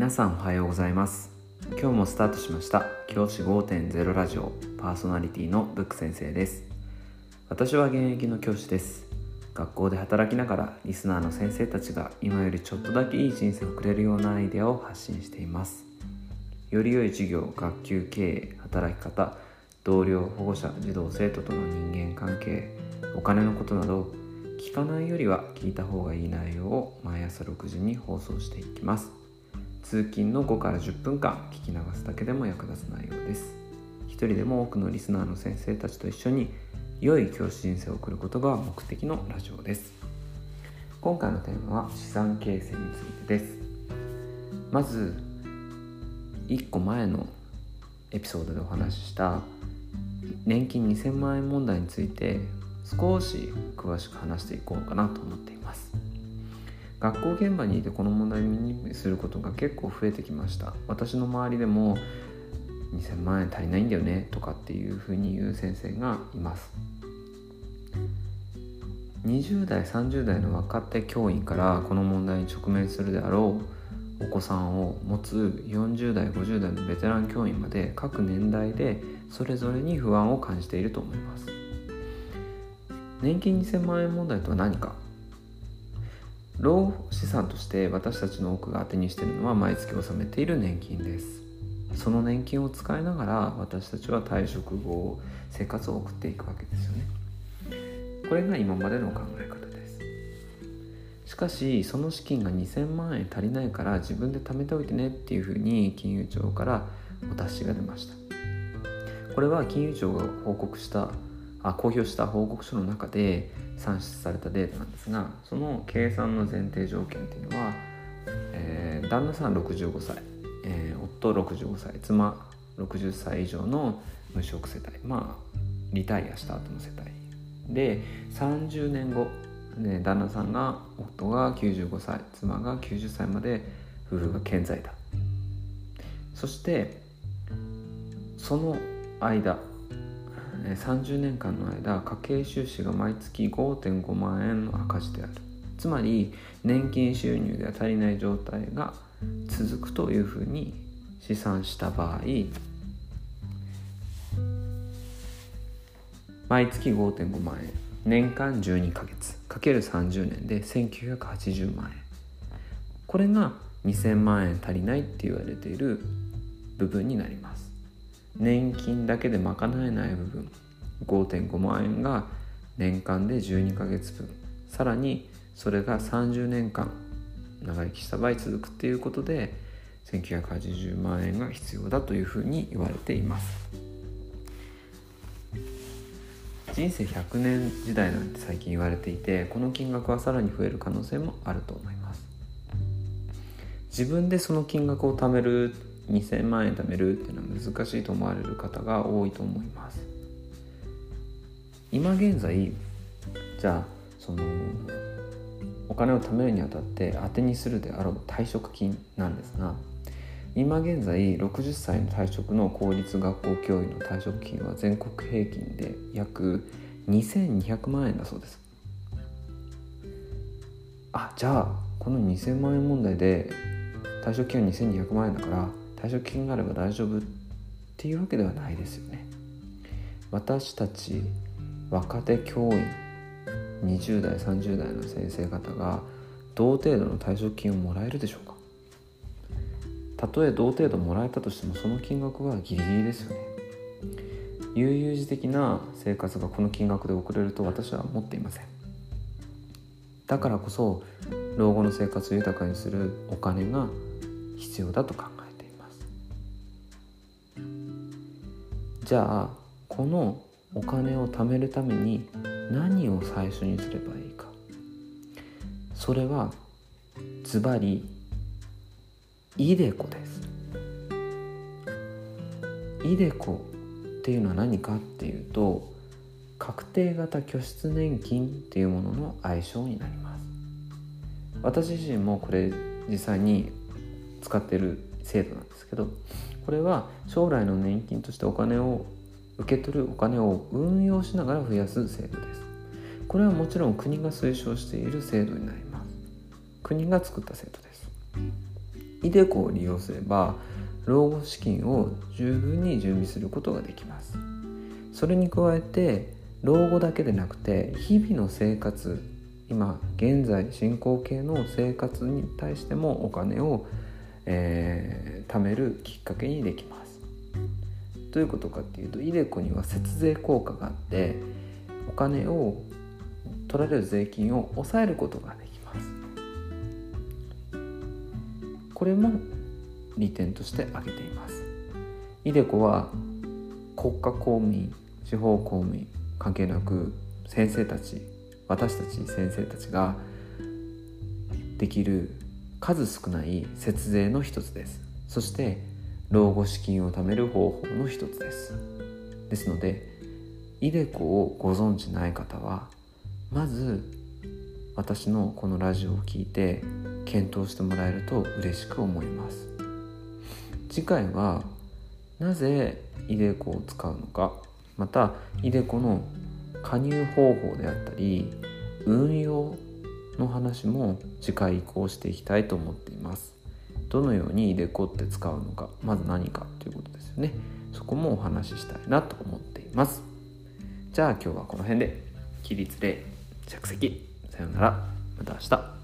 皆さんおはようございます。今日もスタートしました教師 5.0 ラジオパーソナリティのブック先生です。私は現役の教師です。学校で働きながらリスナーの先生たちが今よりちょっとだけいい人生を送れるようなアイデアを発信しています。より良い授業、学級経営、働き方、同僚、保護者、児童生徒との人間関係、お金のことなど聞かないよりは聞いた方がいい内容を毎朝6時に放送していきます。通勤の5から10分間聞き流すだけでも役立つ内容です。一人でも多くのリスナーの先生たちと一緒に良い教師人生を送ることが目的のラジオです。今回のテーマは資産形成についてです。まず1個前のエピソードでお話しした年金2000万円問題について少し詳しく話していこうかなと思っています。学校現場にいてこの問題を耳にすることが結構増えてきました。私の周りでも2000万円足りないんだよねとかっていうふうに言う先生がいます。20代30代の若手教員からこの問題に直面するであろうお子さんを持つ40代50代のベテラン教員まで各年代でそれぞれに不安を感じていると思います。年金2000万円問題とは何か。老後資産として私たちの多くが当てにしているのは毎月納めている年金です。その年金を使いながら私たちは退職後生活を送っていくわけですよね。これが今までの考え方です。しかしその資金が2000万円足りないから自分で貯めておいてねっていうふうに金融庁からお達しが出ました。これは金融庁が公表した報告書の中で算出されたデータなんですが、その計算の前提条件っていうのは、旦那さん65歳、夫65歳、妻60歳以上の無職世帯、リタイアした後の世帯で30年後、旦那さんが夫が95歳、妻が90歳まで夫婦が健在だ。そしてその間30年間の間家計収支が毎月 5.5 万円の赤字である。つまり年金収入では足りない状態が続くというふうに試算した場合、毎月 5.5 万円、年間12ヶ月かける30年で1980万円、これが2000万円足りないって言われている部分になります。年金だけで賄えない部分 5.5 万円が年間で12ヶ月分、さらにそれが30年間長生きした場合続くっていうことで1980万円が必要だというふうに言われています。人生100年時代なんて最近言われていて、この金額はさらに増える可能性もあると思います。自分でその金額を貯める、2000万円貯めるっていうのは難しいと思われる方が多いと思います。今現在じゃあそのお金を貯めるにあたって当てにするであろう退職金なんですが、今現在60歳の退職の公立学校教員の退職金は全国平均で約2200万円だそうです。じゃあこの2000万円問題で退職金は2200万円だから退職金があれば大丈夫っていうわけではないですよね。私たち若手教員20代30代の先生方が同程度の退職金をもらえるでしょうか。たとえ同程度もらえたとしてもその金額はギリギリですよね。悠々自適な生活がこの金額で送れると私は思っていません。だからこそ老後の生活を豊かにするお金が必要だと考えています。じゃあこのお金を貯めるために何を最初にすればいいか。それはズバリiDeCoです。iDeCoっていうのは何かっていうと、確定型拠出年金っていうものの愛称になります。私自身もこれ実際に使っている制度なんですけど、これは将来の年金としてお金を受け取るお金を運用しながら増やす制度です。これはもちろん国が推奨している制度になります。国が作った制度です。 iDeCoを利用すれば老後資金を十分に準備することができます。それに加えて老後だけでなくて日々の生活、今現在進行形の生活に対してもお金を、貯めるきっかけにできます。どういうことかっていうと、iDeCoには節税効果があって、お金を取られる税金を抑えることができます。これも利点として挙げています。iDeCoは国家公務員、地方公務員関係なく私たち先生たちができる数少ない節税の一つです。そして老後資金を貯める方法の一つです。ですのでiDeCoをご存知ない方はまず私のこのラジオを聞いて検討してもらえると嬉しく思います。次回はなぜiDeCoを使うのか、またiDeCoの加入方法であったり運用の話も次回移行していきたいと思っています。どのようにiDeCoって使うのか、まず何かということですよね。そこもお話ししたいなと思っています。じゃあ今日はこの辺で。起立礼着席、さようなら、また明日。